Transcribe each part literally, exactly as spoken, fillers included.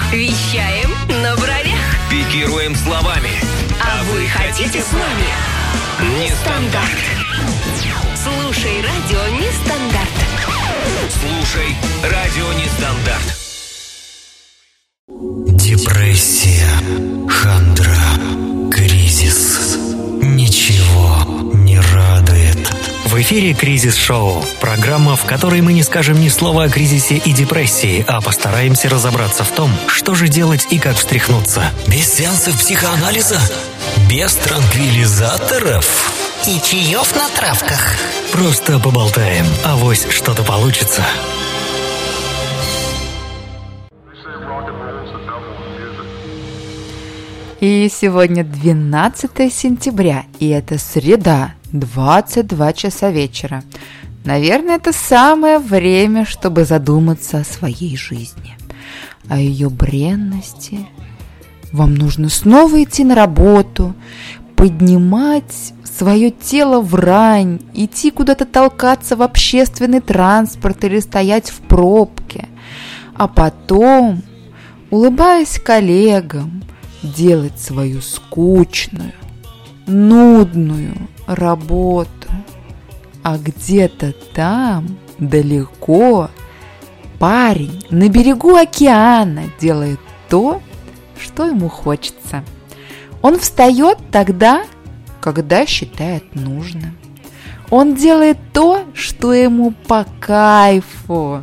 Вещаем на бровях. Пикируем словами. А вы хотите с нами? Нестандарт. Слушай радио Нестандарт. Слушай радио Нестандарт. Депрессия, хандра, кризис. Ничего не радует. В эфире «Кризис-шоу» – программа, в которой мы не скажем ни слова о кризисе и депрессии, а постараемся разобраться в том, что же делать и как встряхнуться. Без сеансов психоанализа? Без транквилизаторов? И чаев на травках? Просто поболтаем, авось что-то получится. И сегодня двенадцатое сентября, и это среда, двадцать два часа вечера. Наверное, это самое время, чтобы задуматься о своей жизни, о ее бренности. Вам нужно снова идти на работу, поднимать свое тело в рань, идти куда-то толкаться в общественный транспорт или стоять в пробке, а потом, улыбаясь коллегам, делать свою скучную, нудную работу. А где-то там, далеко, парень на берегу океана делает то, что ему хочется. Он встает тогда, когда считает нужным. Он делает то, что ему по кайфу.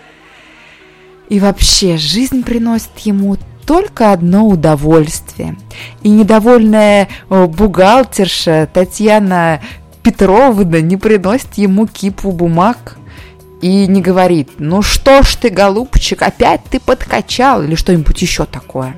И вообще, жизнь приносит ему только одно удовольствие. И недовольная бухгалтерша Татьяна Петровна не приносит ему кипу бумаг и не говорит: ну что ж ты, голубчик, опять ты подкачал, или что-нибудь еще такое.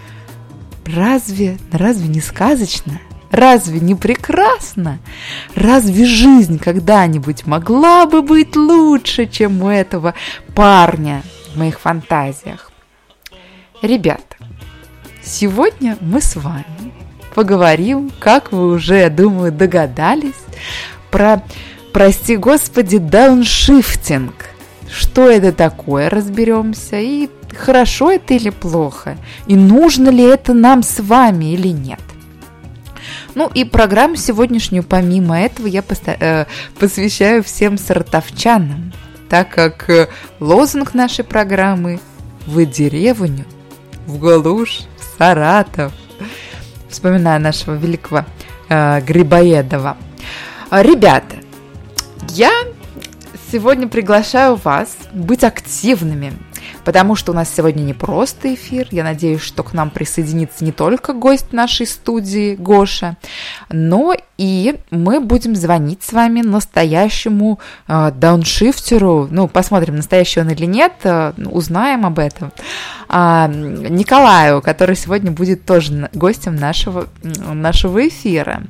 Разве, разве не сказочно? Разве не прекрасно? Разве жизнь когда-нибудь могла бы быть лучше, чем у этого парня в моих фантазиях? Ребята, сегодня мы с вами поговорим, как вы уже, я думаю, догадались, про, прости господи, дауншифтинг. Что это такое, разберемся, и хорошо это или плохо, и нужно ли это нам с вами или нет. Ну и программу сегодняшнюю, помимо этого, я поста- э, посвящаю всем саратовчанам, так как э, лозунг нашей программы «В деревню, в глушь, в Саратов». Вспоминаю нашего великого э, Грибоедова. Ребята, я сегодня приглашаю вас быть активными, потому что у нас сегодня не просто эфир. Я надеюсь, что к нам присоединится не только гость нашей студии Гоша, но и мы будем звонить с вами настоящему э, дауншифтеру. Ну, посмотрим, настоящий он или нет, э, узнаем об этом. А, Николаю, который сегодня будет тоже гостем нашего, нашего эфира.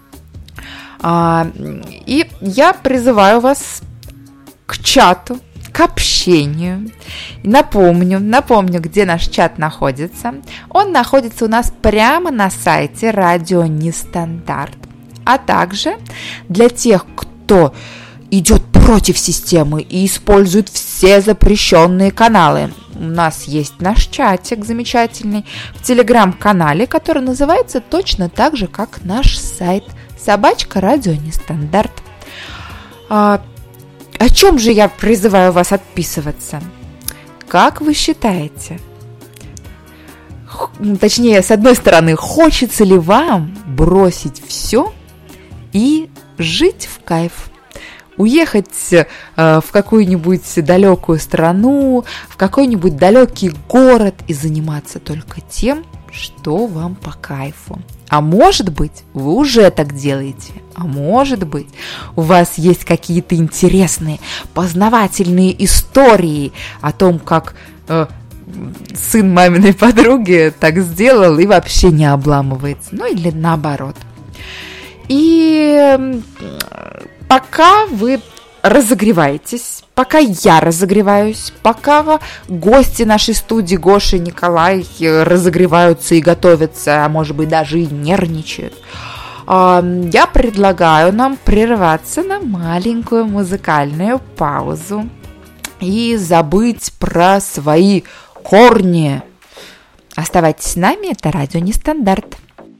А, и я призываю вас к чату, к общению. Напомню, напомню, где наш чат находится. Он находится у нас прямо на сайте Радио Нестандарт. А также для тех, кто идет против системы и использует все запрещенные каналы, у нас есть наш чатик замечательный в телеграм-канале, который называется точно так же, как наш сайт собачка Радио Нестандарт. А, о чем же я призываю вас отписываться? Как вы считаете? Х, точнее, с одной стороны, хочется ли вам бросить все и жить в кайф? Уехать э, в какую-нибудь далекую страну, в какой-нибудь далекий город и заниматься только тем, что вам по кайфу. А может быть, вы уже так делаете. А может быть, у вас есть какие-то интересные, познавательные истории о том, как э, сын маминой подруги так сделал и вообще не обламывается. Ну или наоборот. И пока вы разогреваетесь, пока я разогреваюсь, пока гости нашей студии Гоша и Николай разогреваются и готовятся, а может быть даже и нервничают, я предлагаю нам прерваться на маленькую музыкальную паузу и забыть про свои корни, Оставайтесь с нами, это радио Нестандарт.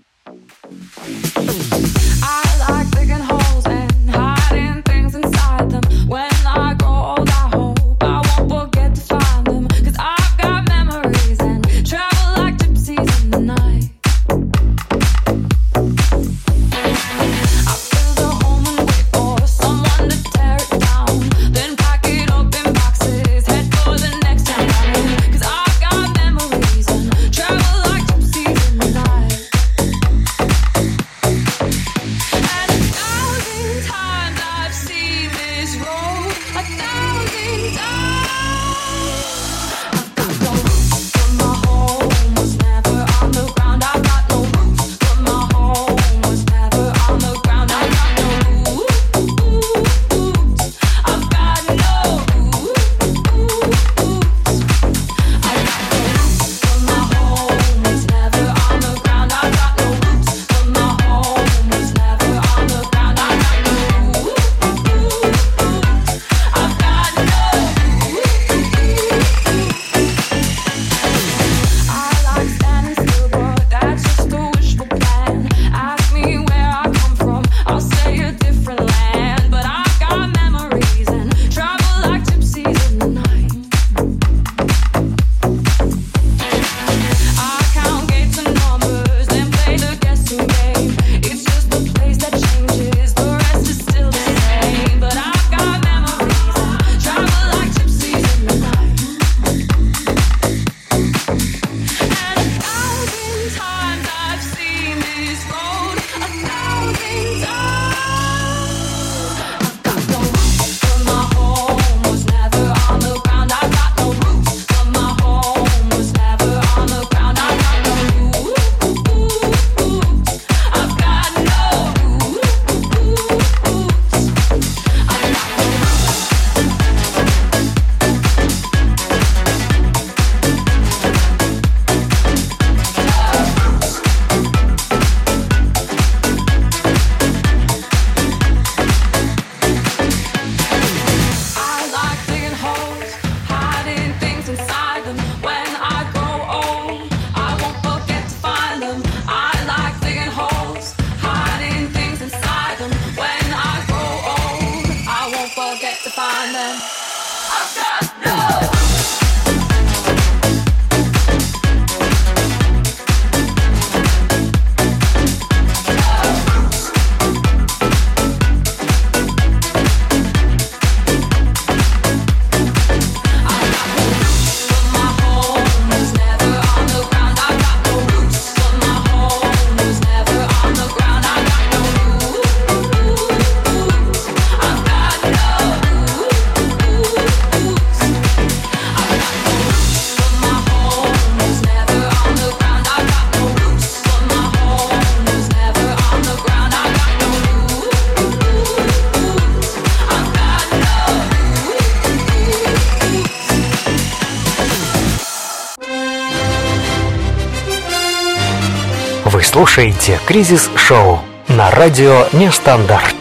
Вы слушаете «Кризис-шоу» на радио Нестандарт.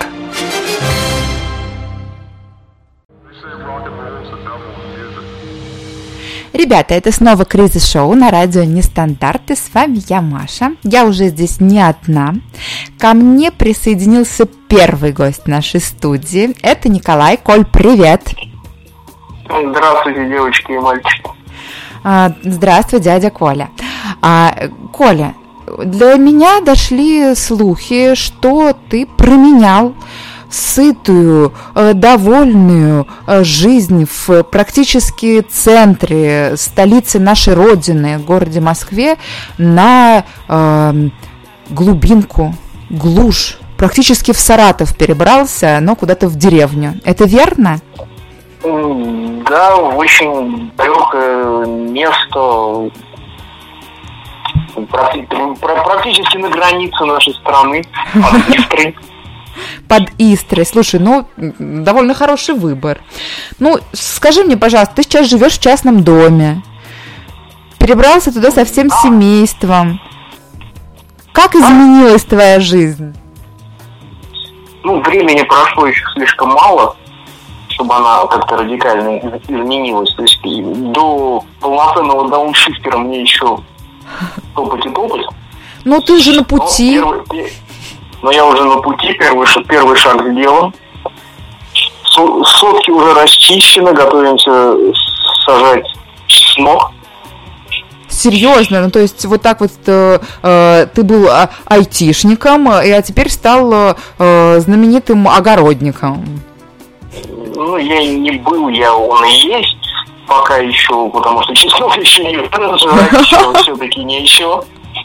Ребята, это снова «Кризис-шоу» на радио Нестандарт, и с вами я, Маша. Я уже здесь не одна. Ко мне присоединился первый гость нашей студии. Это Николай. Коль, привет! Здравствуйте, девочки и мальчики. Здравствуй, дядя Коля. Коля, для меня дошли слухи, что ты променял сытую, довольную жизнь в практически центре столицы нашей родины, городе Москве, на э, глубинку, глушь. Практически в Саратов перебрался, но куда-то в деревню. Это верно? Да, очень далекое место, практически на границе нашей страны, под Истрой. Под Истрой. Слушай, ну, довольно хороший выбор. Ну, скажи мне, пожалуйста, ты сейчас живешь в частном доме, перебрался туда со всем семейством. Как изменилась твоя жизнь? Ну, времени прошло еще слишком мало, чтобы она как-то радикально изменилась. То есть до полноценного дауншифтера мне еще топать и топать. Ну, ты же на пути. Но, первый, но я уже на пути, первый, первый шаг сделан. Сотки уже расчищены, готовимся сажать чеснок. Серьезно? Ну, то есть вот так вот э, э, ты был а, айтишником, и, а теперь стал э, знаменитым огородником. Ну, я и не был, я он и есть пока еще, потому что чеснок еще не жрать, все-таки не еще.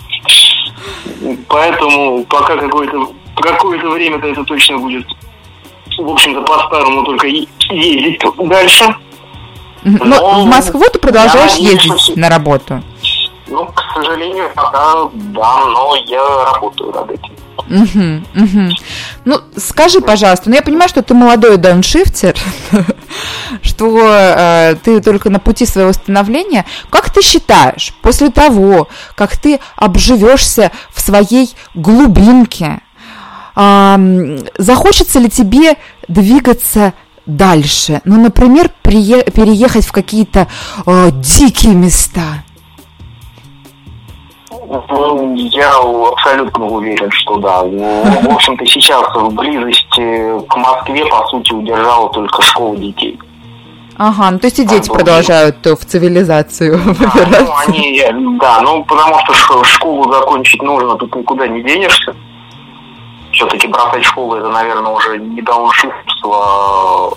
Поэтому пока какое-то какое-то время-то это точно будет, в общем-то, по-старому только ездить дальше. Но, Но в Москву ты продолжаешь надеюсь, ездить что... на работу? Ну, к сожалению, пока да, но я работаю над этим. Угу, угу. Ну, скажи, пожалуйста, ну я понимаю, что ты молодой дауншифтер, что э, ты только на пути своего становления. Как ты считаешь, после того, как ты обживешься в своей глубинке, э, захочется ли тебе двигаться дальше? Ну, например, прие- переехать в какие-то э, дикие места? Я абсолютно уверен, что да. В общем-то, сейчас в близости к Москве, по сути, удержала только школа детей. Ага, ну то есть и дети продолжают в цивилизацию выбираться. Да, ну, они, да, ну потому что школу закончить нужно, тут никуда не денешься. Все-таки бросать школу, это, наверное, уже не дауншифтство.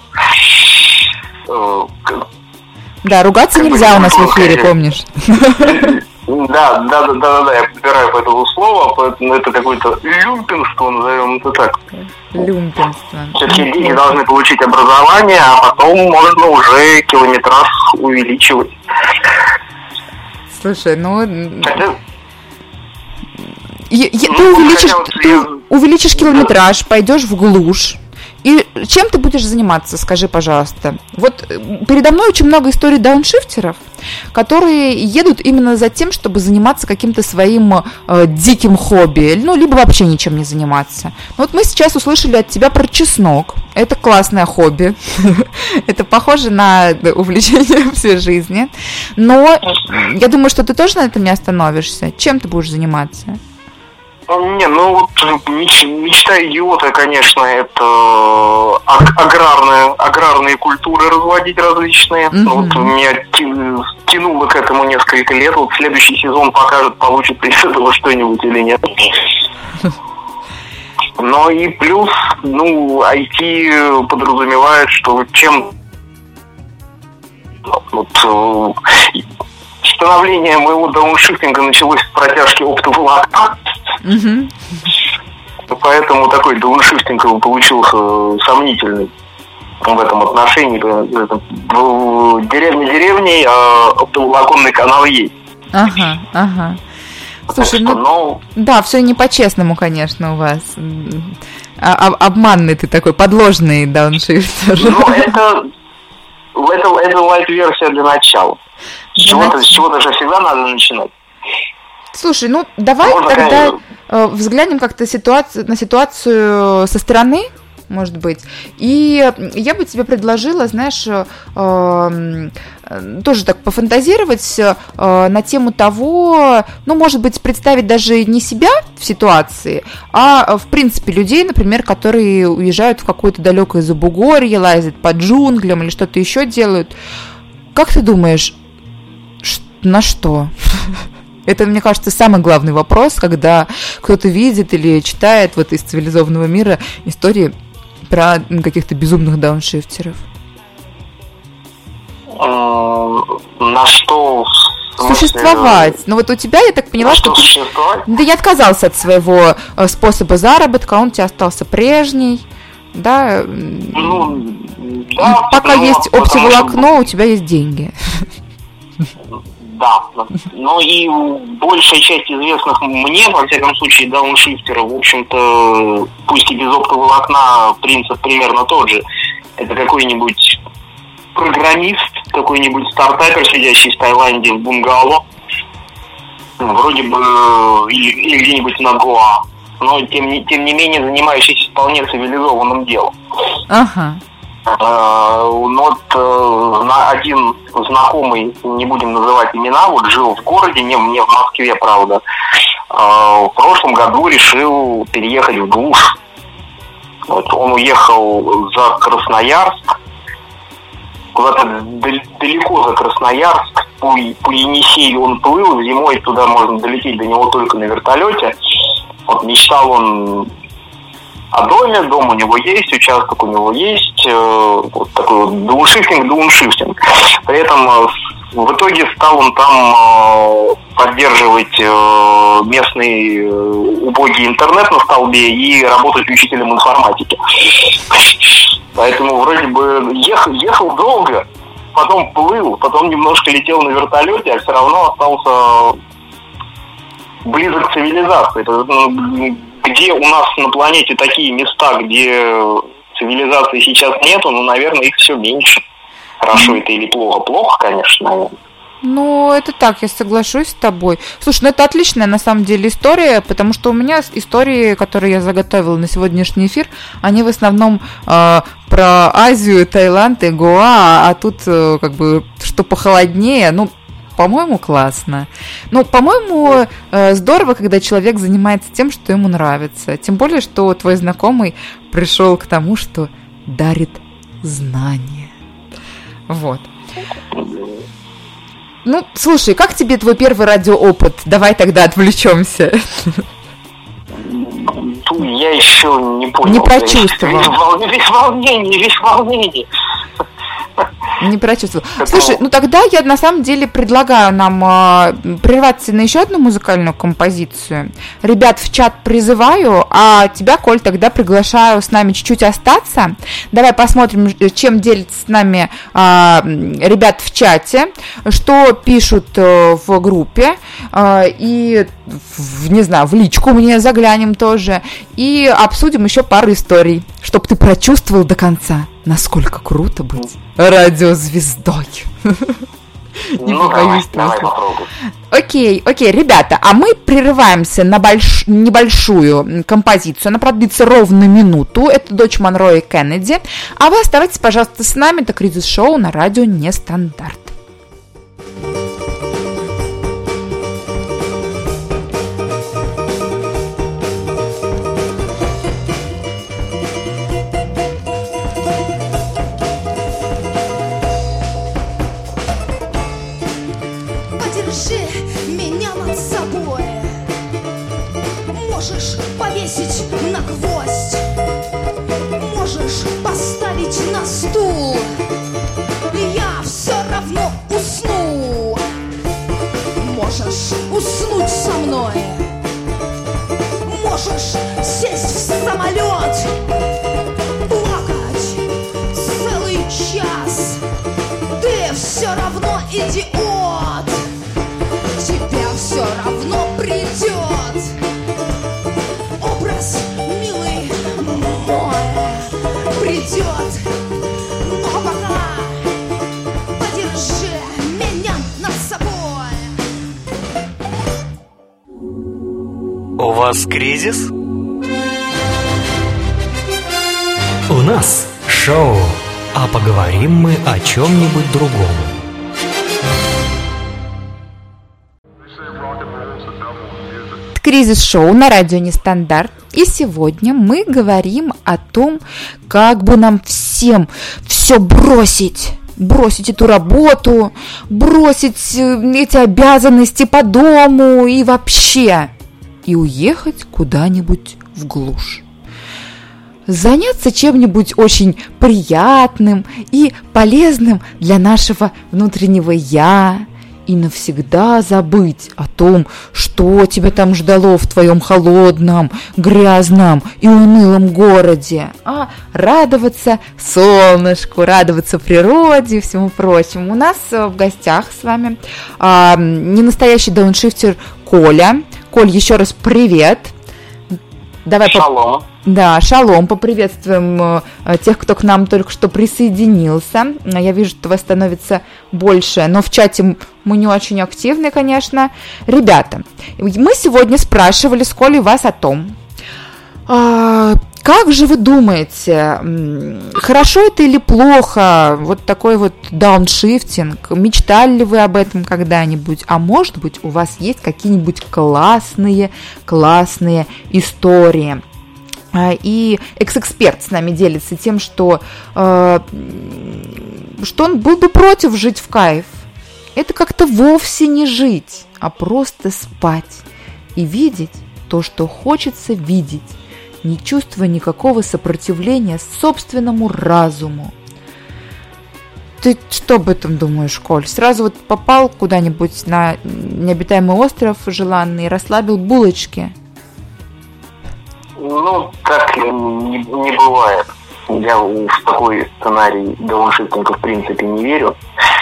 Да, ругаться нельзя у нас в эфире, помнишь? Да, да, да, да, да, я подбираю по этому слову, поэтому это какое-то люмпенство, назовем это так. Люмпенство. Все-таки дети должны получить образование, а потом можно уже километраж увеличивать. Слушай, ну... Хотя... Я, я, ну, ты увеличишь, ты я... увеличишь километраж, пойдешь в глушь. И чем ты будешь заниматься, скажи, пожалуйста? Вот передо мной очень много историй дауншифтеров, которые едут именно за тем, чтобы заниматься каким-то своим э, диким хобби, ну, либо вообще ничем не заниматься. Но вот мы сейчас услышали от тебя про чеснок. Это классное хобби. Это похоже на увлечение всей жизни. Но я думаю, что ты тоже на этом не остановишься. Чем ты будешь заниматься? Не, ну вот меч, мечта идиота, конечно, это аграрные, аграрные культуры разводить различные. Mm-hmm. Вот меня тянуло к этому несколько лет. Вот следующий сезон покажет, получится из этого что-нибудь или нет. Но и плюс, ну, ай ти подразумевает, что чем... Вот, становление моего дауншифтинга началось с протяжки оптоволокна. Mm-hmm. Поэтому такой дауншифтинг получился сомнительный в этом отношении. В деревне деревней, а оптоволоконный канал есть. Ага, ага. Слушай, ну, но... да, все не по-честному, конечно, у вас. А, обманный ты такой, подложный дауншифтер. Ну, это, это, это лайт-версия для начала. С чего-то, с чего-то же всегда надо начинать. Слушай, ну давай Можно тогда конечно. взглянем как-то ситуацию, на ситуацию со стороны, может быть. И я бы тебе предложила, знаешь, э, тоже так пофантазировать э, на тему того, ну, может быть, представить даже не себя в ситуации, а, в принципе, людей, например, которые уезжают в какое-то далекое забугорье, лазят по джунглям или что-то еще делают. Как ты думаешь, на что? Это, мне кажется, самый главный вопрос, когда кто-то видит или читает вот из цивилизованного мира истории про каких-то безумных дауншифтеров. На что? Существовать. Ну вот у тебя, я так поняла, что, что ты, ты не отказался от своего способа заработка, он у тебя остался прежний, да? Ну, да, пока ну, есть оптоволокно, что... у тебя есть деньги. Да, ну и большая часть известных мне, во всяком случае, дауншифтеров, в общем-то, пусть и без оптоволокна, принцип примерно тот же. Это какой-нибудь программист, какой-нибудь стартапер, сидящий в Таиланде в бунгало, вроде бы, или, или где-нибудь на Гоа, но тем не, тем не менее занимающийся вполне цивилизованным делом. Ага. Вот один знакомый, не будем называть имена, вот жил в городе, не, не в Москве, правда, в прошлом году решил переехать в глушь. Вот он уехал за Красноярск, куда-то далеко за Красноярск, по, по Енисею он плыл, зимой туда можно долететь до него только на вертолете. Вот мечтал он о доме, дом у него есть, участок у него есть, э, вот такой вот дауншифтинг, дауншифтинг. При этом э, в итоге стал он там э, поддерживать э, местный э, убогий интернет на столбе и работать учителем информатики. Поэтому вроде бы ехал, ехал долго, потом плыл, потом немножко летел на вертолете, а все равно остался близок к цивилизации. Где у нас на планете такие места, где цивилизации сейчас нету, ну, наверное, их все меньше. Хорошо это или плохо? Плохо, конечно, наверное. Ну, это так, я соглашусь с тобой. Слушай, ну это отличная на самом деле история, потому что у меня истории, которые я заготовила на сегодняшний эфир, они в основном э, про Азию, Таиланд и Гоа, а тут э, как бы что похолоднее, ну, по-моему, классно. Ну, по-моему, э, здорово, когда человек занимается тем, что ему нравится. Тем более, что твой знакомый пришел к тому, что дарит знания. Вот. Ну, слушай, как тебе твой первый радиоопыт? Давай тогда отвлечемся. Я еще не понял. Не прочувствовал. Весь волнение, весь волнение. Не прочувствовал. Слушай, ну тогда я на самом деле предлагаю нам э, прерваться на еще одну музыкальную композицию. Ребят в чат призываю, а тебя, Коль, тогда приглашаю с нами чуть-чуть остаться. Давай посмотрим, чем делятся с нами э, ребят в чате, что пишут э, в группе, э, и, в, не знаю, в личку мне заглянем тоже, и обсудим еще пару историй, чтобы ты прочувствовал до конца, насколько круто быть радиозвездой. Не ну, боюсь. Давай, давай попробуем. Окей, окей, ребята, а мы прерываемся на больш... небольшую композицию. Она продлится ровно минуту. Это «Дочь Монро и Кеннеди». А вы оставайтесь, пожалуйста, с нами. Это Кризис Шоу на радио Нестандарт. Уснуть со мной. Можешь сесть в самолет, плакать целый час. Ты все равно идиот. Тебя все равно придет образ милый мой. Придет, но пока подержи меня над собой. У вас кризис? У нас шоу, а поговорим мы о чем-нибудь другом. Кризис-шоу на радио Нестандарт. И сегодня мы говорим о том, как бы нам всем все бросить. Бросить эту работу, бросить эти обязанности по дому и вообще. И уехать куда-нибудь в глушь. Заняться чем-нибудь очень приятным и полезным для нашего внутреннего «я». И навсегда забыть о том, что тебя там ждало в твоем холодном, грязном и унылом городе. А радоваться солнышку, радоваться природе и всему прочему. У нас в гостях с вами а, ненастоящий дауншифтер Коля. Коль, еще раз привет. Давай шалом. По... Да, шалом. Поприветствуем э, тех, кто к нам только что присоединился. Я вижу, что вас становится больше, но в чате мы не очень активны, конечно. Ребята, мы сегодня спрашивали с Колей вас о том, э, как же вы думаете, хорошо это или плохо, вот такой вот дауншифтинг? Мечтали ли вы об этом когда-нибудь? А может быть, у вас есть какие-нибудь классные, классные истории? И экс-эксперт с нами делится тем, что, э, что он был бы против жить в кайф. Это как-то вовсе не жить, а просто спать и видеть то, что хочется видеть, не чувствуя никакого сопротивления собственному разуму. Ты что об этом думаешь, Коль? Сразу вот попал куда-нибудь на необитаемый остров желанный и расслабил булочки? Ну, так не, не бывает. Я в такой сценарий дауншифтинга в принципе не верю.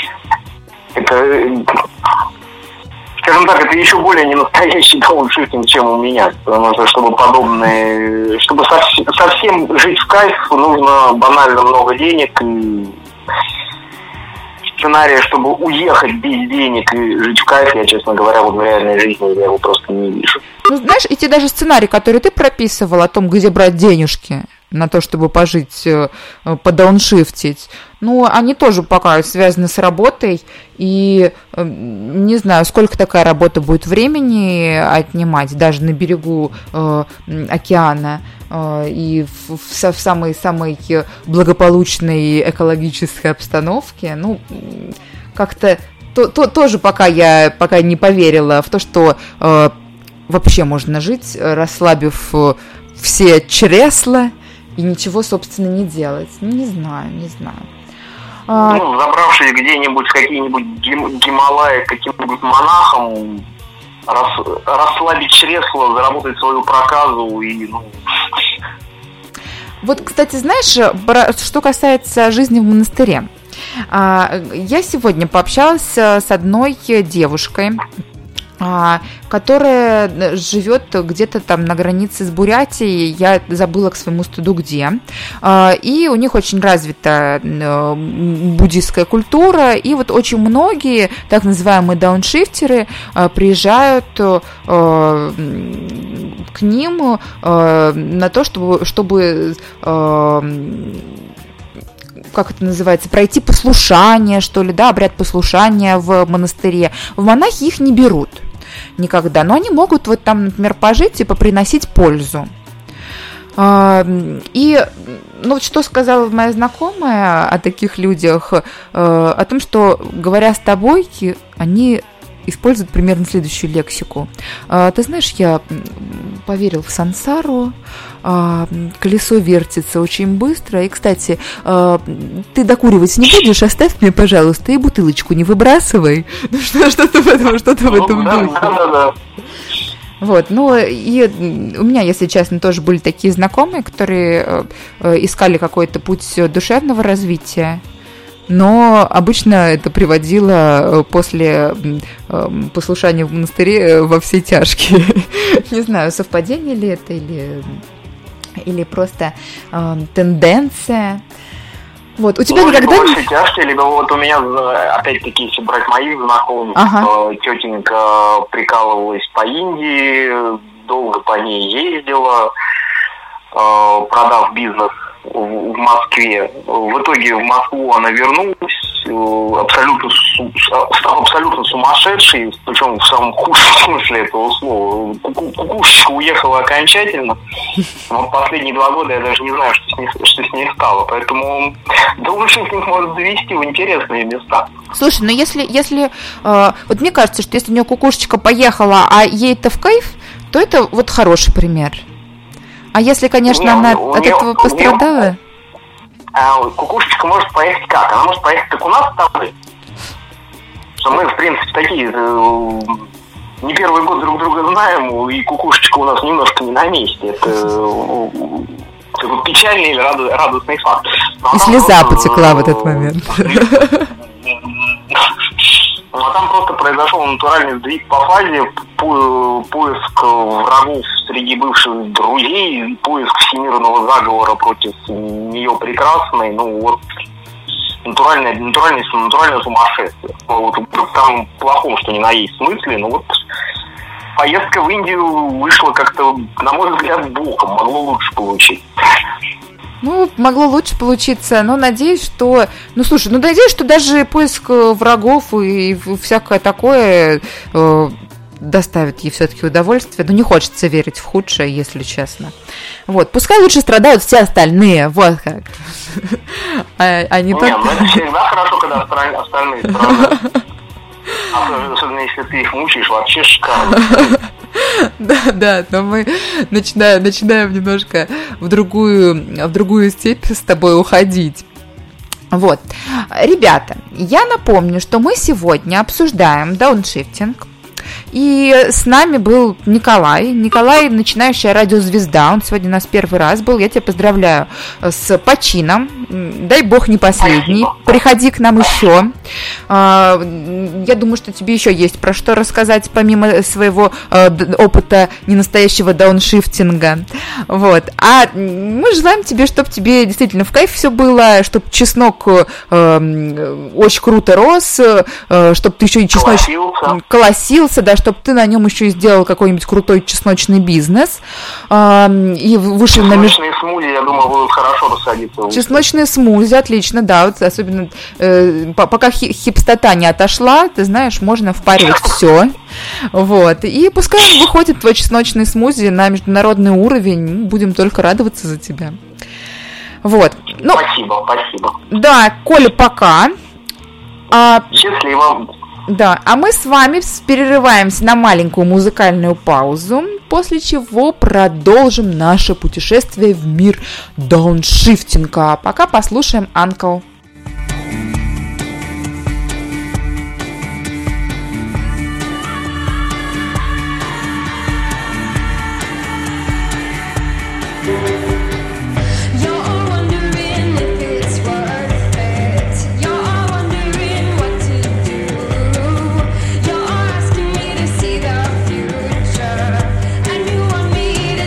Это, скажем так, это еще более не настоящий дауншифтинг, чем у меня. Потому что, чтобы подобные, чтобы совсем, совсем жить в кайф, нужно банально много денег. И сценария, чтобы уехать без денег и жить в кайф, я, честно говоря, вот в реальной жизни я его просто не вижу. Ну, знаешь, эти даже сценарии, которые ты прописывал о том, где брать денежки на то, чтобы пожить, подауншифтить, ну, они тоже пока связаны с работой, и не знаю, сколько такая работа будет времени отнимать, даже на берегу э, океана, э, и в, в, в самой-самой благополучной экологической обстановке, ну, как-то то, то, тоже пока я пока не поверила в то, что э, вообще можно жить, расслабив все чресла и ничего, собственно, не делать. Не знаю, не знаю. Ну, забравшись где-нибудь в какие-нибудь гим- Гималаи каким-нибудь монахом, рас- расслабить чресло, заработать свою проказу и, ну... Вот, кстати, знаешь, что касается жизни в монастыре. Я сегодня пообщалась с одной девушкой, которая живет где-то там на границе с Бурятией, я забыла к своему стыду где, и у них очень развита буддийская культура, и вот очень многие так называемые дауншифтеры приезжают к ним на то, чтобы, чтобы как это называется, пройти послушание, что ли, да, обряд послушания в монастыре. В монахи их не берут никогда, но они могут вот там, например, пожить и поприносить пользу. И, ну, вот что сказала моя знакомая о таких людях, о том, что, говоря с тобой, они используют примерно следующую лексику. Ты знаешь, я поверил в сансару, колесо вертится очень быстро. И, кстати, ты докуривать не будешь, оставь мне, пожалуйста, и бутылочку не выбрасывай. Ну, что, что-то в этом, что-то в этом духе. Да, да, да. Вот, ну и у меня, если честно, тоже были такие знакомые, которые искали какой-то путь душевного развития. Но обычно это приводило после послушания в монастыре во все тяжкие. Не знаю, совпадение ли это или, или просто э, тенденция. Вот, у тебя ну, никогда... Либо во все тяжкие, либо вот у меня, опять-таки, если брать моих знакомых, ага. Тетенька прикалывалась по Индии, долго по ней ездила, продав бизнес в Москве. В итоге в Москву она вернулась, абсолютно, стала абсолютно сумасшедшей, причем в самом худшем смысле этого слова. Кукушечка уехала окончательно. Но последние два года я даже не знаю, что с ней, что с ней стало. Поэтому дауншифтинг может завести в интересные места. Слушай, ну если, если э, вот мне кажется, что если у нее кукушечка поехала, а ей это в кайф, то это вот хороший пример. А если, конечно, не, она от нее, этого пострадала? Нее, а, кукушечка может поехать как? Она может поехать как у нас с тобой. Что мы, в принципе, такие э, не первый год друг друга знаем, и кукушечка у нас немножко не на месте. Это, э, это печальный или раду, радостный факт. Но и слеза просто, потекла э, в этот момент. Ну, а там просто произошел натуральный сдвиг по фазе, по, поиск врагов среди бывших друзей, поиск всемирного заговора против нее прекрасной, ну вот натуральное, натуральное, натуральное сумасшествие. Вот в самом плохом, что ни на есть смысле, ну вот поездка в Индию вышла как-то, на мой взгляд, боком. Могло лучше получиться. Ну, могло лучше получиться, но надеюсь, что... Ну, слушай, ну, надеюсь, что даже поиск врагов и всякое такое э, доставит ей все-таки удовольствие. Но не хочется верить в худшее, если честно. Вот, пускай лучше страдают все остальные, вот как. А не Нет, ну это всегда хорошо, когда остальные страдают. Особенно если ты их мучаешь, вообще шикарно. Да, да, но мы начинаем, начинаем немножко в другую, в другую степь с тобой уходить. Вот. Ребята, я напомню, что мы сегодня обсуждаем дауншифтинг. И с нами был Николай. Николай, начинающая радиозвезда. Он сегодня у нас первый раз был. Я тебя поздравляю с почином. Дай бог не последний. Спасибо. Приходи к нам еще. Я думаю, что тебе еще есть про что рассказать, помимо своего опыта ненастоящего дауншифтинга. Вот. А мы желаем тебе, чтобы тебе действительно в кайф все было, чтобы чеснок очень круто рос, чтобы ты еще и чеснок колосился, колосился, да, чтобы ты на нем еще и сделал какой-нибудь крутой чесночный бизнес. И вышел на... Чесночные смузи, я думаю, будут хорошо рассадиться. Чесночные смузи, отлично, да. Вот, особенно э, пока хипстота не отошла, ты знаешь, можно впаривать все. Вот. И пускай он выходит, твой чесночный смузи, на международный уровень. Будем только радоваться за тебя. Вот. Ну, спасибо, спасибо. Да, Коля, пока. А... Счастливо. Да, а мы с вами перерываемся на маленькую музыкальную паузу, после чего продолжим наше путешествие в мир дауншифтинга. Пока послушаем Uncle.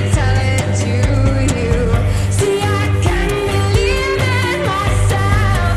See, I can believe in myself.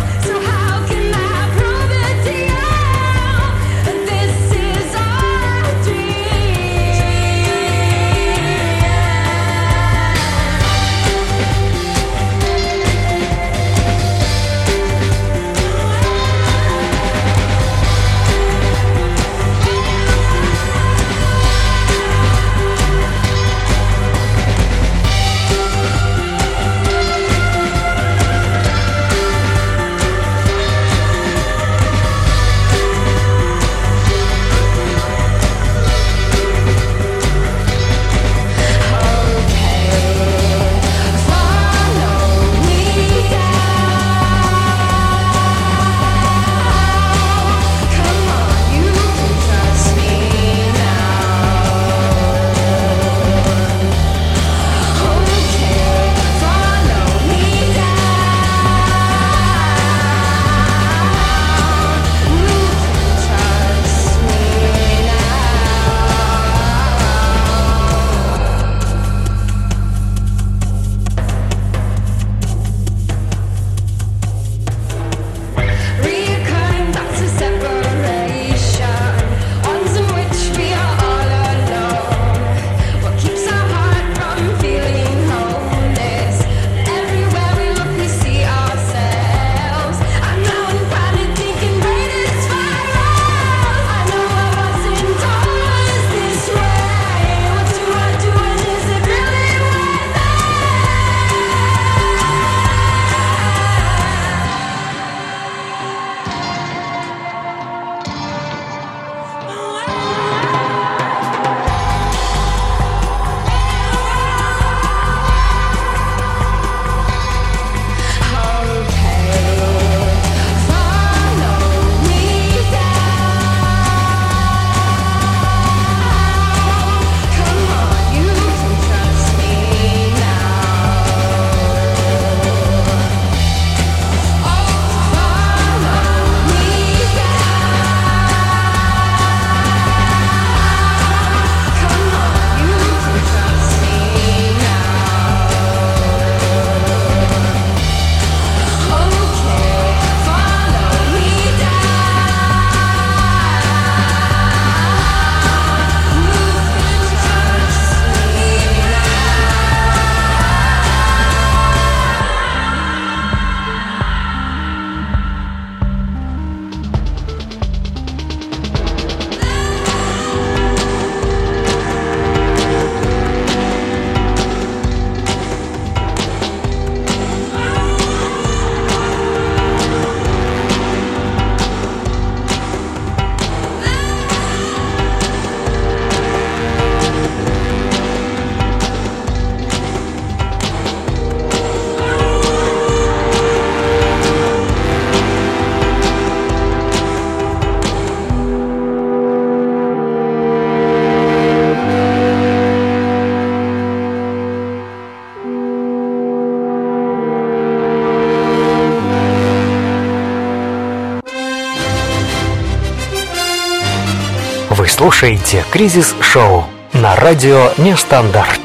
слушаете «Кризис-шоу» на радио «Нестандарт».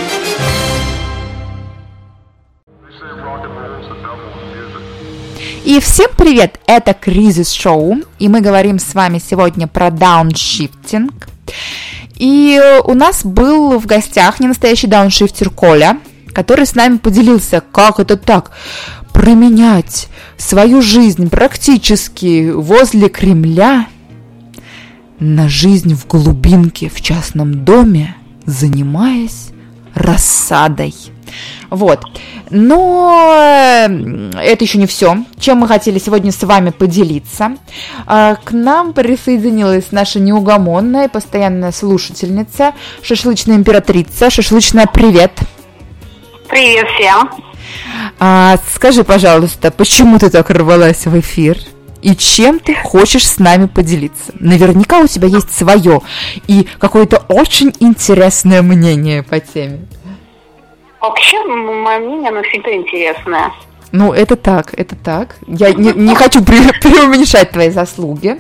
И всем привет! Это «Кризис-шоу», и мы говорим с вами сегодня про дауншифтинг. И у нас был в гостях ненастоящий дауншифтер Коля, который с нами поделился, как это так, променять свою жизнь практически возле Кремля на жизнь в глубинке в частном доме, занимаясь рассадой. Вот. Но это еще не все, чем мы хотели сегодня с вами поделиться. К нам присоединилась наша неугомонная, постоянная слушательница, шашлычная императрица. Шашлычная, привет! Привет всем! А, скажи, пожалуйста, почему ты так рвалась в эфир? И чем ты хочешь с нами поделиться? Наверняка у тебя есть свое и какое-то очень интересное мнение по теме. Вообще, мое мнение, оно всегда интересное. Ну, это так, это так. Я не, не хочу пре- преуменьшать твои заслуги.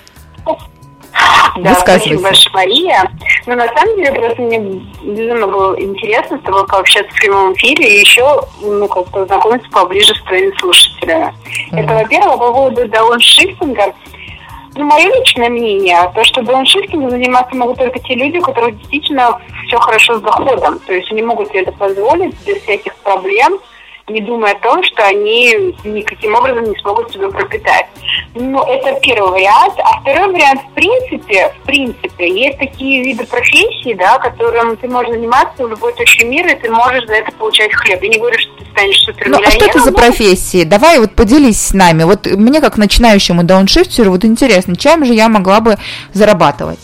Да, спасибо большое, Мария. Но на самом деле просто мне безумно было интересно с тобой пообщаться в прямом эфире и еще, ну, как-то познакомиться поближе с твоими слушателями. Mm-hmm. Это, во-первых, по поводу дауншифтинга. Ну, мое личное мнение, то, что дауншифтингом заниматься могут только те люди, у которых действительно все хорошо с доходом. То есть они могут себе это позволить без всяких проблем, не думая о том, что они никаким образом не смогут себя пропитать. Ну, это первый вариант. А второй вариант, в принципе, в принципе, есть такие виды профессий, да, которым ты можешь заниматься в любой точке мира, и ты можешь за это получать хлеб. Я не говорю, что ты станешь супермиллионером. Ну, а что это за профессии? Давай вот поделись с нами. Вот мне, как начинающему дауншифтеру, вот интересно, чем же я могла бы зарабатывать?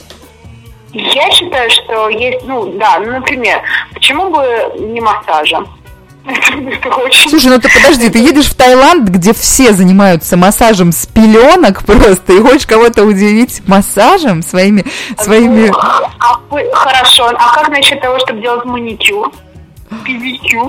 Я считаю, что есть, ну, да, ну, например, почему бы не массажем? Слушай, ну ты подожди, ты едешь в Таиланд, где все занимаются массажем с пеленок просто, и хочешь кого-то удивить массажем своими... своими... Ну, а, хорошо, а как насчет того, чтобы делать маникюр, педикюр?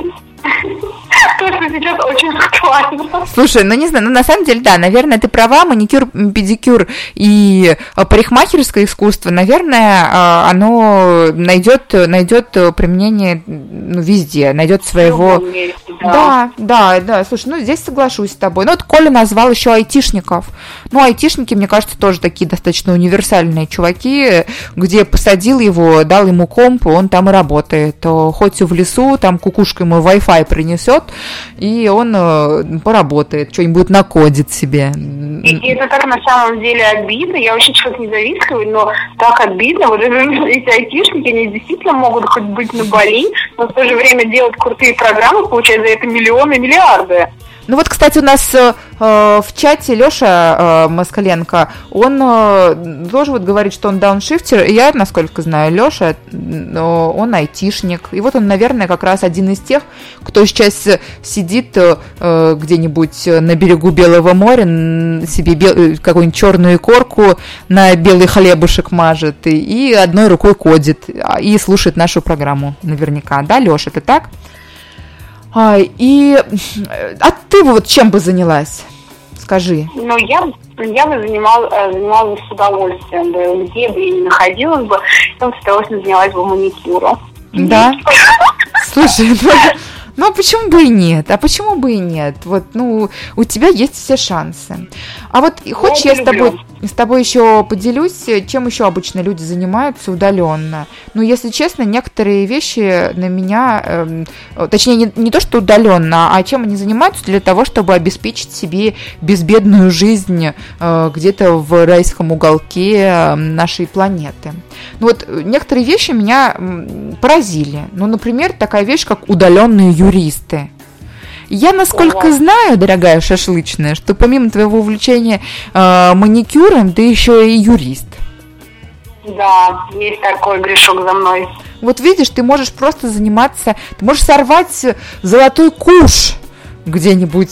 То, что сейчас очень актуально. Слушай, ну не знаю, ну на самом деле, да, наверное, ты права, маникюр, педикюр и парикмахерское искусство, наверное, оно найдет, найдет применение, ну, везде, найдет своего... Месте, да. да, да, да, слушай, ну здесь соглашусь с тобой. Ну вот Коля назвал еще айтишников. Ну, айтишники, мне кажется, тоже такие достаточно универсальные чуваки, где посадил его, дал ему комп, он там и работает. Хоть и в лесу, там кукушка ему Wi-Fi принесет, и он э, поработает, что-нибудь накодит себе. И, и это так на самом деле обидно. Я вообще человек не завистливый, но так обидно. Вот эти айтишники, они действительно могут хоть быть на Бали, но в то же время делать крутые программы, получать за это миллионы, миллиарды. Ну вот, кстати, у нас э, в чате Леша э, Москаленко, он э, тоже вот говорит, что он дауншифтер, и я, насколько знаю, Леша, э, он айтишник, и вот он, наверное, как раз один из тех, кто сейчас сидит э, где-нибудь на берегу Белого моря, себе бел, какую-нибудь черную икорку на белый хлебушек мажет, и, и одной рукой кодит, и слушает нашу программу наверняка. Да, Леша, это так? А, и, а ты вот чем бы занялась? Скажи. Ну, я, я бы занималась, занималась с удовольствием, бы, где бы я ни находилась бы, я бы с удовольствием занялась бы маникюром. Да? Слушай, ну, ну, почему бы и нет? А почему бы и нет? Вот, ну, у тебя есть все шансы. А вот хочешь, я, я с тобой, с тобой еще поделюсь, чем еще обычно люди занимаются удаленно? Ну, если честно, некоторые вещи на меня, э, точнее, не, не то, что удаленно, а чем они занимаются для того, чтобы обеспечить себе безбедную жизнь э, где-то в райском уголке нашей планеты. Ну, вот некоторые вещи меня поразили. Ну, например, такая вещь, как удаленные юристы. Я, насколько знаю, дорогая шашлычная, что помимо твоего увлечения э, маникюром, ты еще и юрист. Да, есть такой грешок за мной. Вот видишь, ты можешь просто заниматься, ты можешь сорвать золотой куш где-нибудь,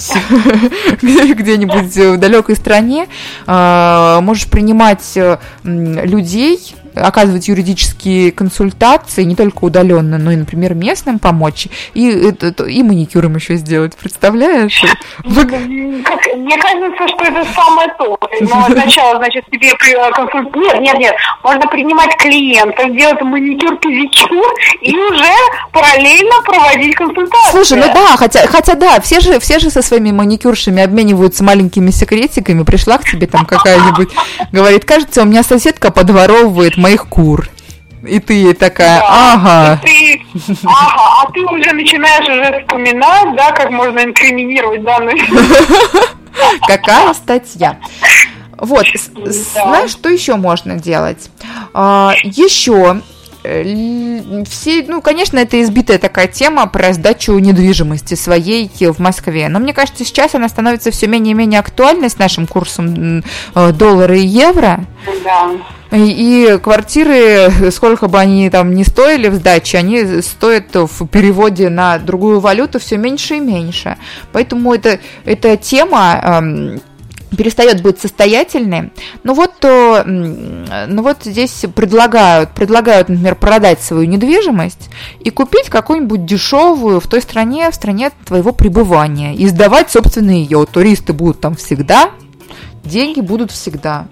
где-нибудь в далекой стране, можешь принимать людей оказывать юридические консультации, не только удаленно, но и, например, местным помочь, и, и маникюром еще сделать, представляешь? Вы... Как, мне кажется, что это самое то. Но сначала, значит, тебе консультировать. Нет, нет, нет. Можно принимать клиентов, делать маникюр, педикюр и уже параллельно проводить консультации. Слушай, ну да, хотя, хотя да, все же, все же со своими маникюршами обмениваются маленькими секретиками. Пришла к тебе там какая-нибудь, говорит, кажется, у меня соседка подворовывает моих кур. И ты ей такая, да, ага. Ты, ага, а ты уже начинаешь уже вспоминать, да, как можно инкриминировать данную. Какая статья? Вот, да. Знаешь, что еще можно делать? А, еще все, ну, конечно, это избитая такая тема про сдачу недвижимости своей в Москве. Но мне кажется, сейчас она становится все менее и менее актуальной с нашим курсом доллара и евро. Да. И квартиры, сколько бы они там ни стоили в сдаче, они стоят в переводе на другую валюту все меньше и меньше. Поэтому это, эта тема эм, перестает быть состоятельной. Ну вот, то, ну вот здесь предлагают, предлагают, например, продать свою недвижимость и купить какую-нибудь дешевую в той стране, в стране твоего пребывания, и сдавать, собственно, ее. Туристы будут там всегда, деньги будут всегда.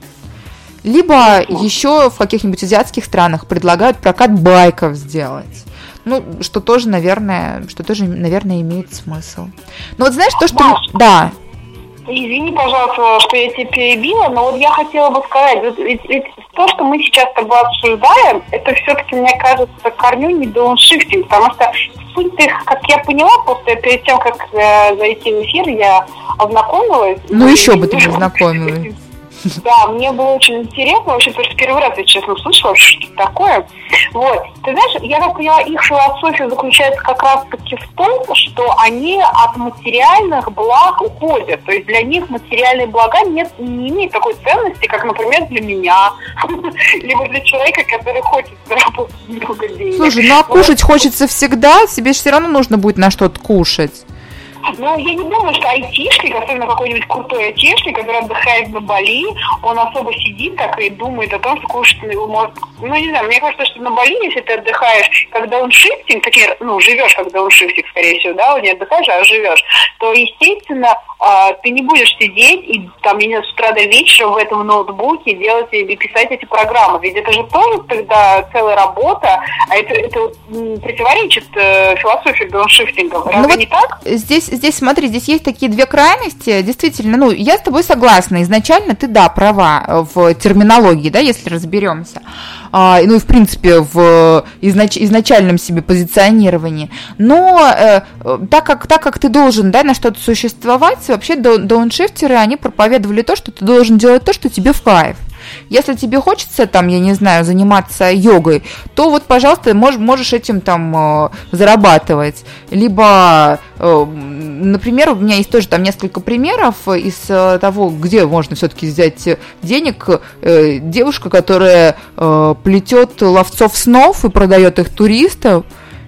Либо еще в каких-нибудь азиатских странах предлагают прокат байков сделать. Ну, что тоже, наверное, что тоже, наверное, имеет смысл. Ну, вот знаешь, то, что... Маш, да. Извини, пожалуйста, что я тебя перебила, но вот я хотела бы сказать, ведь, ведь то, что мы сейчас с тобой обсуждаем, это все-таки, мне кажется, корню не дауншифтинг, потому что суть их, как я поняла, после перед тем, как э, зайти в эфир, я ознакомилась. Ну, еще бы ты не ознакомилась. Да, мне было очень интересно, вообще, потому что первый раз я, честно, слышала вообще что-то такое. Вот. Ты знаешь, я так поняла, их философия заключается как раз-таки в том, что они от материальных благ уходят. То есть для них материальные блага нет, не имеют такой ценности, как, например, для меня, либо для человека, который хочет заработать много денег. Слушай, ну а кушать хочется всегда, тебе же все равно нужно будет на что-то кушать. Ну, я не думаю, что айтишник, особенно какой-нибудь крутой айтишник, который отдыхает на Бали, он особо сидит так и думает о том, что кушать может... Ну, не знаю, мне кажется, что на Бали, если ты отдыхаешь, когда он шифтинг, точнее, ну, живешь, когда он шифтинг, скорее всего, да, не отдыхаешь, а живешь, то, естественно, ты не будешь сидеть и там, я не знаю, с утра до вечера в этом ноутбуке делать и писать эти программы. Ведь это же тоже тогда целая работа, а это, это противоречит э, философии дауншифтинга. Разве ну вот не так? Здесь, здесь, смотри, здесь есть такие две крайности. Действительно, ну, я с тобой согласна. Изначально ты, да, права в терминологии, да, если разберемся. А, ну и, в принципе, в изнач, изначальном себе позиционировании. Но э, так, как, так как ты должен, да, на что-то существовать, вообще дауншифтеры, они проповедовали то, что ты должен делать то, что тебе в кайф. Если тебе хочется, там, я не знаю, заниматься йогой, то вот, пожалуйста, можешь, можешь этим там зарабатывать. Либо, например, у меня есть тоже там несколько примеров из того, где можно все-таки взять денег. Девушка, которая плетет ловцов снов и продает их туристам,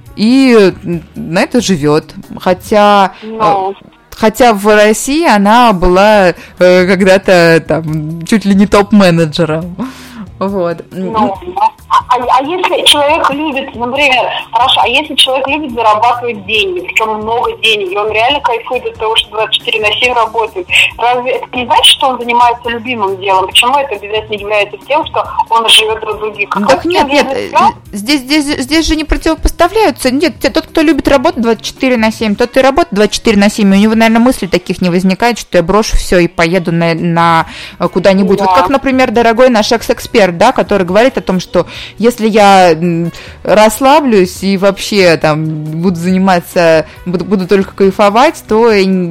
и на это живет. Хотя... No. Хотя в России она была э, когда-то там чуть ли не топ-менеджером. Вот. Ну, а, а если человек любит, например, хорошо, а если человек любит зарабатывать деньги, причем много денег, и он реально кайфует от того, что двадцать четыре на семь работает, разве это не значит, что он занимается любимым делом? Почему это обязательно является тем, что он живет от других? Ну, так нет, нет, здесь, здесь, здесь же не противопоставляются. Нет, тот, кто любит работать двадцать четыре на семь, тот и работает двадцать четыре на семь, у него, наверное, мыслей таких не возникает, что я брошу все и поеду на, на куда-нибудь. Да. Вот как, например, дорогой наш экс-эксперт, да, который говорит о том, что если я расслаблюсь и вообще там буду заниматься, буду, буду только кайфовать, то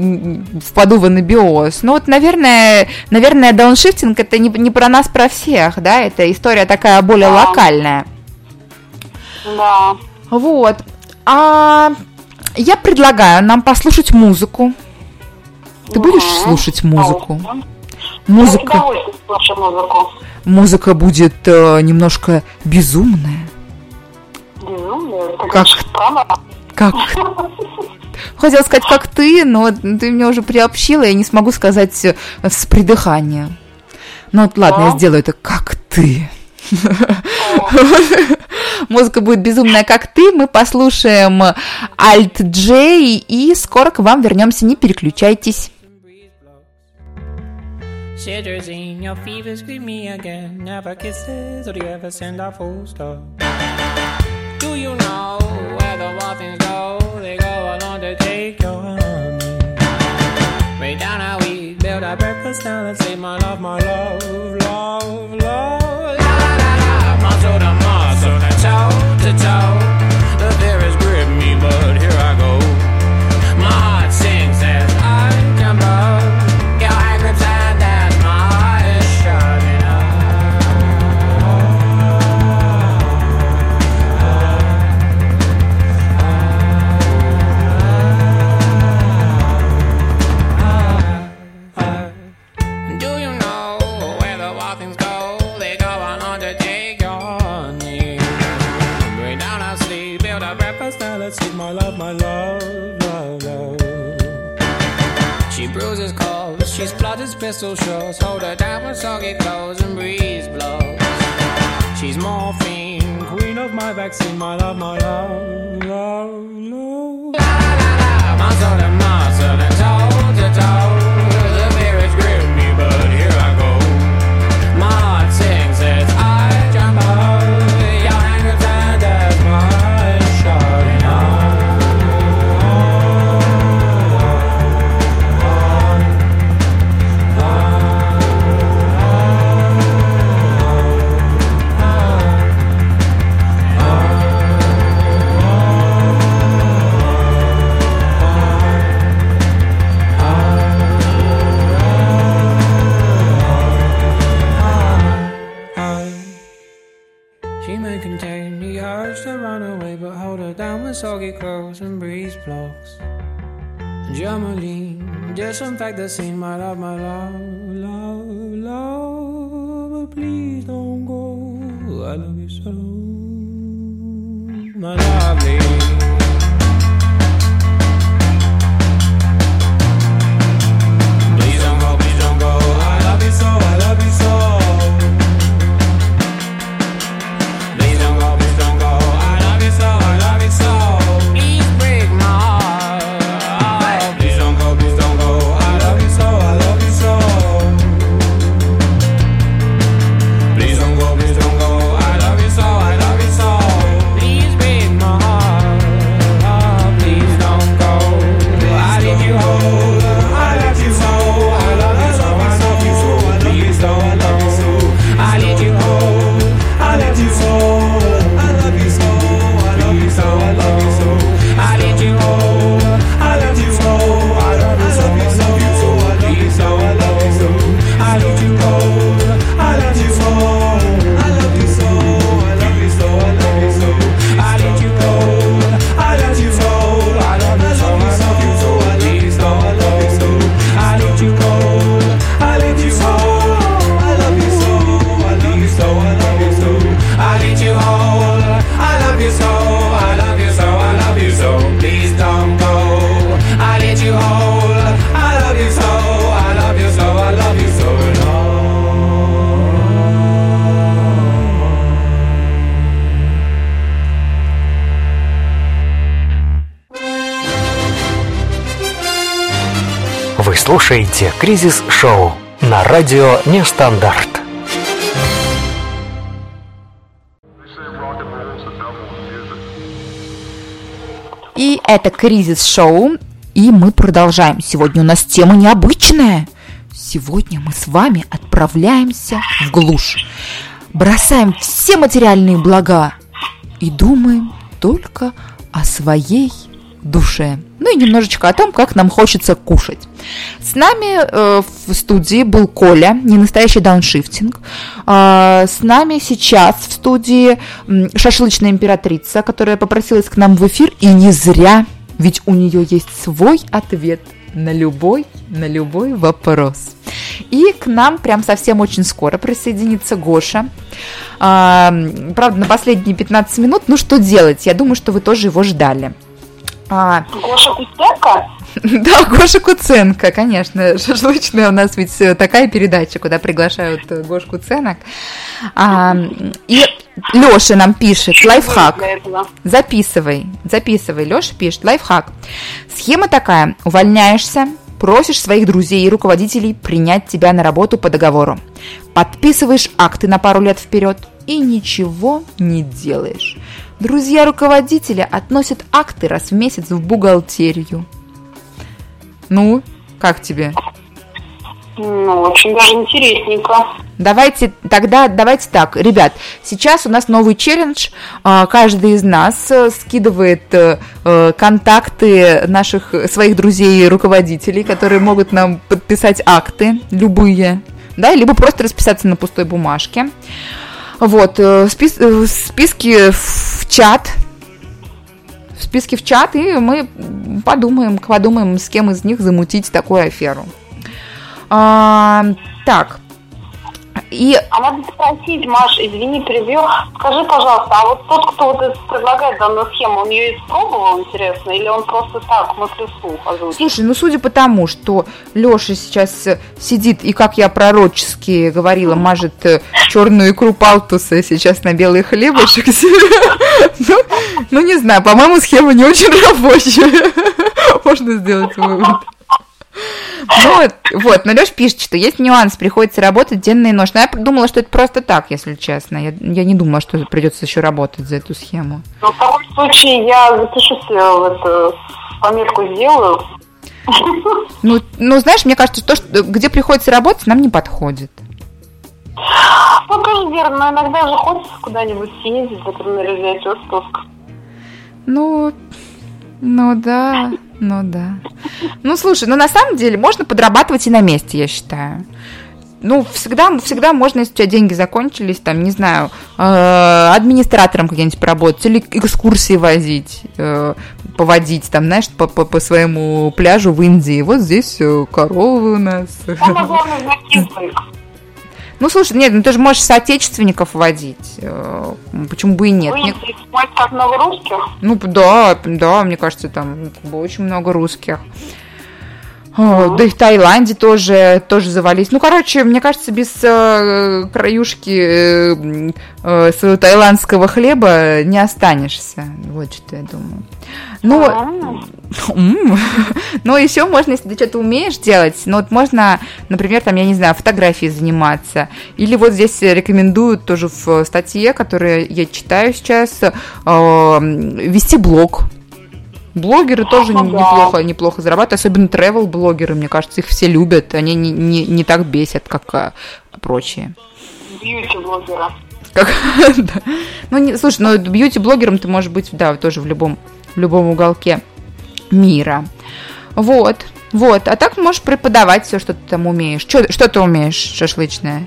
впаду в анабиоз. Ну вот, наверное, наверное, дауншифтинг это не, не про нас, про всех, да, это история такая более да. локальная. Да. Вот. А я предлагаю нам послушать музыку. Ты угу. будешь слушать музыку? Музыка. музыку. Музыка будет э, немножко безумная. Безумная? Как? Как? Хотела сказать, как ты, но ты меня уже приобщила, я не смогу сказать с придыханием. Ну вот ладно, да. я сделаю это как ты. Музыка будет безумная, как ты. Мы послушаем Alt J и скоро к вам вернемся. Не переключайтесь. Cetirizine, your fever scream me again. Never kisses, or do you ever send a full stop? Do you know where the wild things go? They go along to take your honey. Way down how we build our breakfast now. Let's say my love, my love, love, love. La la la la, muscle to muscle, and toe to toe. The fear has gripped me, but here I go. My heart sings as I tremble. Your hand grips hand as my heart is shutting my love, my love, love, love. She bruises calls, she splutters pistol shots. Hold her down when soggy clothes and breeze blows. She's morphine, queen of my vaccine. My love, my love, love, love. La la la la, muscle to muscle and toe to toe. The fear has gripped me, but here I go. My heart sings as I jump out. Your hand grips hand as my eyes shutting out. Soggy clothes and breeze blocks. Germaline, disinfect the scene. My love, my love, love, love. But please don't go. I love you so, my lovely. Please don't go, please don't go. I love you so, I love you so. Please don't go, please don't go. I love you so, I love you so. Please break my heart. Please don't go, please don't go. I love you so, I love you so. Please don't go, please don't go. I love you so, I love you so. Please break my heart. Please don't go. I need you hold. I love you so. I love you so. I love you so. Please don't go. I need you hold. I love you so. I love you so. I love you so. I love you so. I need you hold. I love you so. I love you so. I love you so. I love you so. I love you so. I need you hold. I love you so. I love you so. I love you so. I love you so. I need you hold. I love you so. I love you so. I love you so. I love you so. I love you so. I need you hold. I love you so. I love you so. I love you so. I love you so. I need you hold. I love you so. I love you so. I love you so. Please don't go. I need you hold. I love you so. I love you so. I love you so. Вы слушаете «Кризис-шоу» на радио «Нестандарт». И это «Кризис-шоу», и мы продолжаем. Сегодня у нас тема необычная. Сегодня мы с вами отправляемся в глушь. Бросаем все материальные блага и думаем только о своей душе. Ну и немножечко о том, как нам хочется кушать. С нами э, в студии был Коля, не настоящий дауншифтинг. Э, с нами сейчас в студии э, шашлычная императрица, которая попросилась к нам в эфир, и не зря, ведь у нее есть свой ответ на любой, на любой вопрос. И к нам прям совсем очень скоро присоединится Гоша. Э, правда, на последние пятнадцать минут. Ну что делать? Я думаю, что вы тоже его ждали. А... Гоша Кустяка? Да, Гоша Куценко, конечно. Шашлычная у нас ведь такая передача, куда приглашают Гош Куценок. А, и Лёша нам пишет, лайфхак. Записывай, записывай. Лёша пишет, лайфхак. Схема такая. Увольняешься, просишь своих друзей и руководителей принять тебя на работу по договору. Подписываешь акты на пару лет вперед и ничего не делаешь. Друзья руководителя относят акты раз в месяц в бухгалтерию. Ну, как тебе? Ну, очень даже интересненько. Давайте тогда, давайте так, ребят, сейчас у нас новый челлендж. Каждый из нас скидывает контакты наших своих друзей и руководителей, которые могут нам подписать акты любые, да, либо просто расписаться на пустой бумажке. Вот, спис, списки в чат. В списке в чат, и мы подумаем, подумаем, с кем из них замутить такую аферу. А, так. И... А надо спросить, Маш, извини, перебью. Скажи, пожалуйста, а вот тот, кто вот это предлагает данную схему, он ее испробовал, интересно, или он просто так, мысли вслух озвучил? Слушай, ну судя по тому, что Леша сейчас сидит и, как я пророчески говорила, мажет черную икру палтуса сейчас на белый хлебушек себе, ну не знаю, по-моему, схема не очень рабочая. Можно сделать вывод. Ну, вот, но Лёш пишет, что есть нюанс, приходится работать денно и ночь. Но я думала, что это просто так, если честно. Я, я не думала, что придется еще работать за эту схему. Ну, в таком случае я запишу себе в эту пометку, сделаю. Ну, ну, знаешь, мне кажется, то, что, где приходится работать, нам не подходит. Ну, тоже верно, но иногда же хочется куда-нибудь съездить, например, взять отпуск. Ну, ну да... Ну да. Ну слушай, ну на самом деле можно подрабатывать и на месте, я считаю. Ну, всегда, всегда можно, если у тебя деньги закончились, там, не знаю, э, администратором как-нибудь поработать, или экскурсии возить, э, поводить, там, знаешь, по, по, по своему пляжу в Индии. Вот здесь коровы у нас. Самое главное, знать. Ну, слушай, нет, ну ты же можешь соотечественников водить. Почему бы и нет? Вы Мне... так много русских? Ну, да, да, мне кажется, там как бы очень много русских. Mm-hmm. Да и в Таиланде тоже, тоже завались. Ну, короче, мне кажется, без э, краюшки э, э, своего таиландского хлеба не останешься. Вот что я думаю. Ну, mm-hmm. ну еще можно, если ты что-то умеешь делать, ну, вот можно, например, там, я не знаю, фотографией заниматься. Или вот здесь рекомендуют тоже в статье, которую я читаю сейчас, э, вести блог. Блогеры тоже ну, неплохо, да. неплохо зарабатывают, особенно travel-блогеры, мне кажется, их все любят, они не, не, не так бесят, как а, прочие. Бьюти-блогеры. Как? Да. Ну, не, слушай, ну бьюти-блогером ты можешь быть, да, тоже в любом, в любом уголке мира. Вот, вот, а так можешь преподавать все, что ты там умеешь. Что, что ты умеешь шашлычное?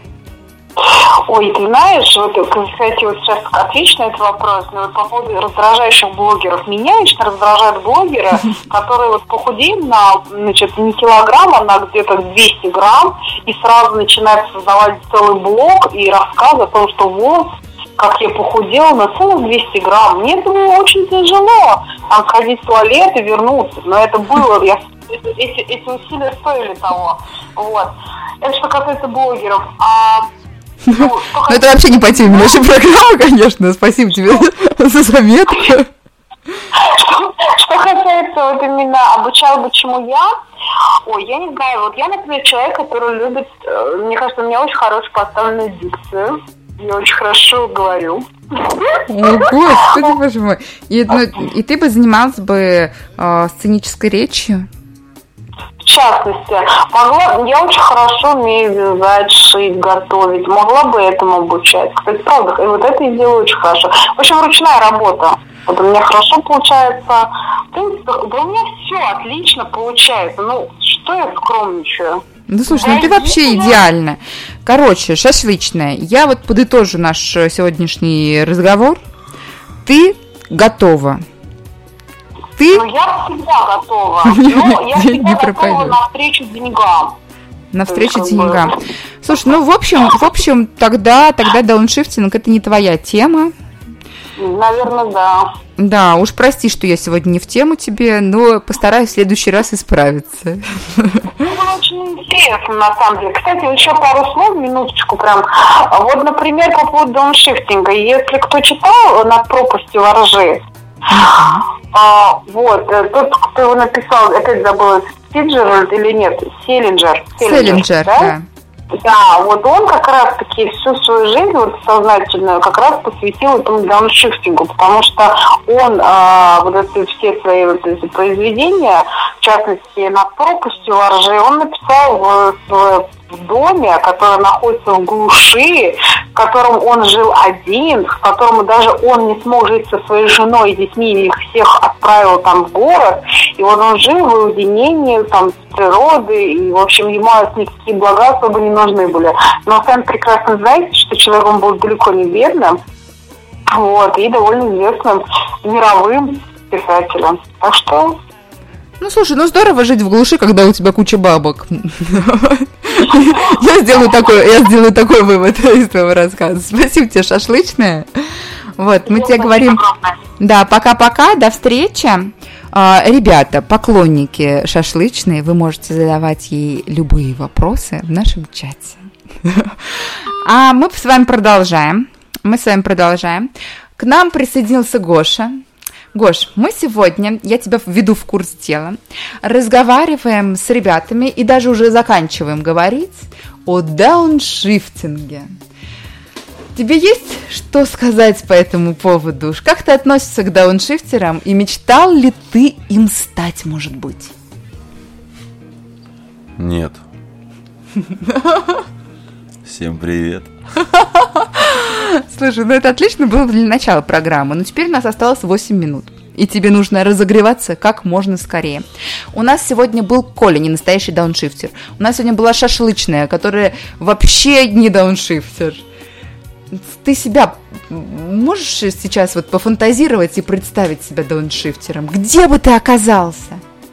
Ой, ты знаешь, вот, кстати, вот сейчас отвечу на этот вопрос, но вот по поводу раздражающих блогеров. Меня лично раздражают блогеры, которые вот похудели на, значит, не килограмм, а на где-то двести грамм, и сразу начинают создавать целый блог и рассказ о том, что вот, как я похудела на целых двести грамм. Мне это было очень тяжело, там, ходить в туалет и вернуться, но это было, я, эти, эти усилия стоили того, вот. Это что касается блогеров. А Ну, ну это вообще не по теме нашей программы, конечно. Спасибо тебе за заметку. Что, что касается вот именно обучал бы чему я, ой, я не знаю, вот я, например, человек, который любит, мне кажется, у меня очень хорошая поставленная дикция. Я очень хорошо говорю. О, Господи, боже мой. И, ну, и ты бы занималась бы э, сценической речью? В частности, могла, я очень хорошо умею вязать, шить, готовить. Могла бы этому обучать. Кстати, правда, и вот это я делаю очень хорошо. В общем, ручная работа. Вот у меня хорошо получается. В принципе, да у меня все отлично получается. Ну, что я скромничаю? Ну, слушай, ну ты вообще идеально. Короче, шашлычная. Я вот подытожу наш сегодняшний разговор. Ты готова. Ты... Ну, я всегда готова. Но я всегда готова навстречу деньгам. Навстречу деньгам. Бы... Слушай, ну, в общем, в общем, тогда, тогда дауншифтинг это не твоя тема. Наверное, да. Да, уж прости, что я сегодня не в тему тебе, но постараюсь в следующий раз исправиться. Это очень интересно, на самом деле. Кстати, еще пару слов, минуточку прям. Вот, например, по поводу дауншифтинга. Если кто читал «Над пропастью воржи», а, вот, тот, кто его написал, опять забыла, Сиджеральд или нет? Селлинджер. Селлинджер, да. да. Да, вот он как раз-таки всю свою жизнь вот сознательную как раз посвятил этому дауншифтингу, потому что он а, вот эти все свои вот эти произведения, в частности «Над пропастью воржи», он написал в, в, в доме, который находится в глуши, в котором он жил один, в котором даже он не смог жить со своей женой и детьми, их всех отправил там в город, и вот он жил в уединении там с природой, и, в общем, ему никакие блага особо не нужны были. Но сами прекрасно знаете, что человек он был далеко не бедным, вот, и довольно известным мировым писателем. Так что... Ну, слушай, ну здорово жить в глуши, когда у тебя куча бабок. Я сделаю такой, я сделаю такой вывод из твоего рассказа. Спасибо тебе, шашлычная. Вот, мы тебе говорим... Да, пока-пока, до встречи. Ребята, поклонники шашлычной, вы можете задавать ей любые вопросы в нашем чате. А мы с вами продолжаем. Мы с вами продолжаем. К нам присоединился Гоша. Гош, мы сегодня, я тебя введу в курс дела, разговариваем с ребятами и даже уже заканчиваем говорить о дауншифтинге. Тебе есть что сказать по этому поводу? Как ты относишься к дауншифтерам и мечтал ли ты им стать, может быть? Нет. Всем привет. Слушай, ну это отлично было для начала программы, но теперь у нас осталось восемь минут. И тебе нужно разогреваться как можно скорее. У нас сегодня был Коля, не настоящий дауншифтер. У нас сегодня была шашлычная, которая вообще не дауншифтер. Ты себя можешь сейчас вот пофантазировать и представить себя дауншифтером? Где бы ты оказался?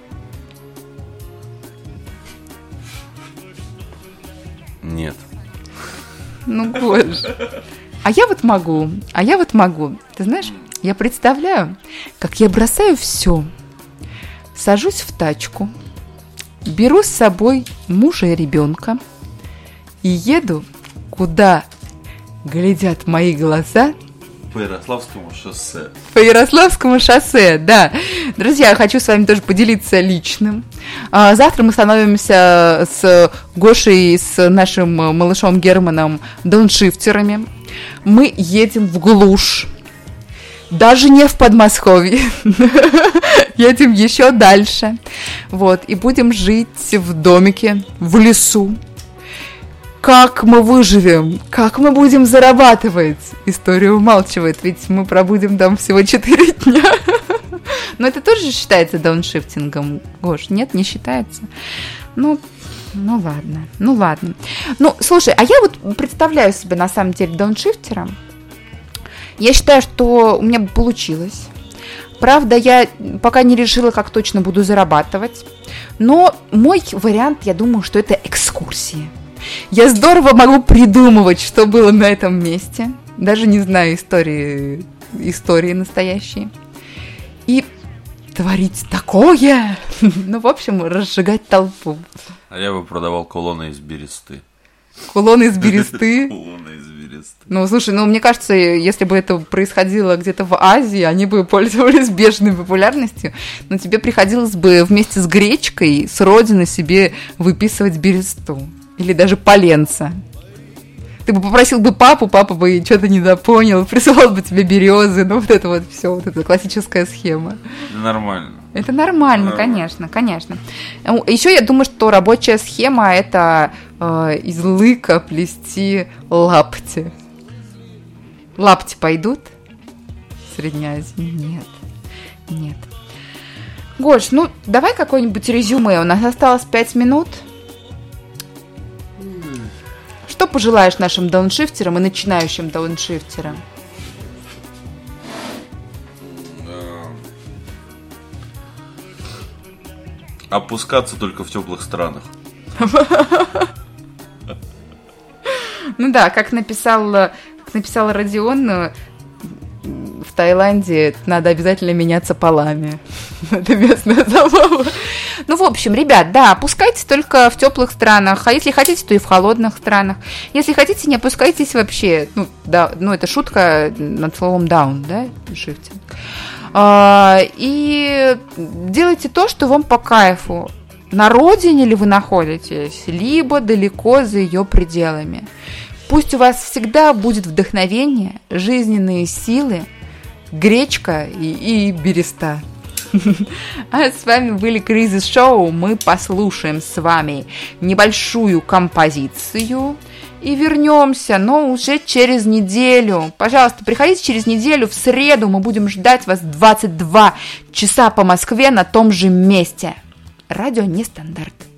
Нет. Ну, боже. А я вот могу, а я вот могу. Ты знаешь, я представляю, как я бросаю все, сажусь в тачку, беру с собой мужа и ребенка и еду, куда глядят мои глаза. По Ярославскому шоссе. По Ярославскому шоссе, да. Друзья, я хочу с вами тоже поделиться личным. Завтра мы становимся с Гошей, с нашим малышом Германом дауншифтерами. Мы едем в глушь. Даже не в Подмосковье. Едем еще дальше. Вот. И будем жить в домике, в лесу. Как мы выживем? Как мы будем зарабатывать? История умалчивает, ведь мы пробудем там всего четыре дня. Но это тоже считается дауншифтингом, Гош? Нет, не считается? Ну, ну ладно, ну ладно. Ну, слушай, а я вот представляю себя на самом деле дауншифтером. Я считаю, что у меня бы получилось. Правда, я пока не решила, как точно буду зарабатывать. Но мой вариант, я думаю, что это экскурсии. Я здорово могу придумывать, что было на этом месте. Даже не знаю истории, истории настоящие. И творить такое. Ну, в общем, разжигать толпу. А я бы продавал кулоны из бересты. Кулоны из бересты? Кулоны из бересты. Ну, слушай, ну, мне кажется, если бы это происходило где-то в Азии, они бы пользовались бешеной популярностью. Но тебе приходилось бы вместе с гречкой с родины себе выписывать бересту. Или даже поленца. Ты бы попросил бы папу, папа бы что-то недопонял, присылал бы тебе березы, ну вот это вот все, вот эта классическая схема. Нормально. Это нормально, а... конечно, конечно. Еще я думаю, что рабочая схема – это э, из лыка плести лапти. Лапти пойдут? В Средней Азии? Нет. Нет. Гош, ну давай какое-нибудь резюме. У нас осталось пять минут. Что пожелаешь нашим дауншифтерам и начинающим дауншифтерам? Опускаться только в теплых странах. Ну да, как написал, как написал Родион, в Таиланде надо обязательно меняться полами. Это местная забава. Ну, в общем, ребят, да, опускайтесь только в теплых странах, а если хотите, то и в холодных странах. Если хотите, не опускайтесь вообще. Ну, да, ну это шутка над словом down, да, шифтинг. А, и делайте то, что вам по кайфу. На родине ли вы находитесь, либо далеко за ее пределами. Пусть у вас всегда будет вдохновение, жизненные силы, гречка и, и береста. А с вами были Кризис Шоу. Мы послушаем с вами небольшую композицию и вернемся, но уже через неделю. Пожалуйста, приходите через неделю, в среду мы будем ждать вас в двадцать два часа по Москве на том же месте. Радио Нестандарт.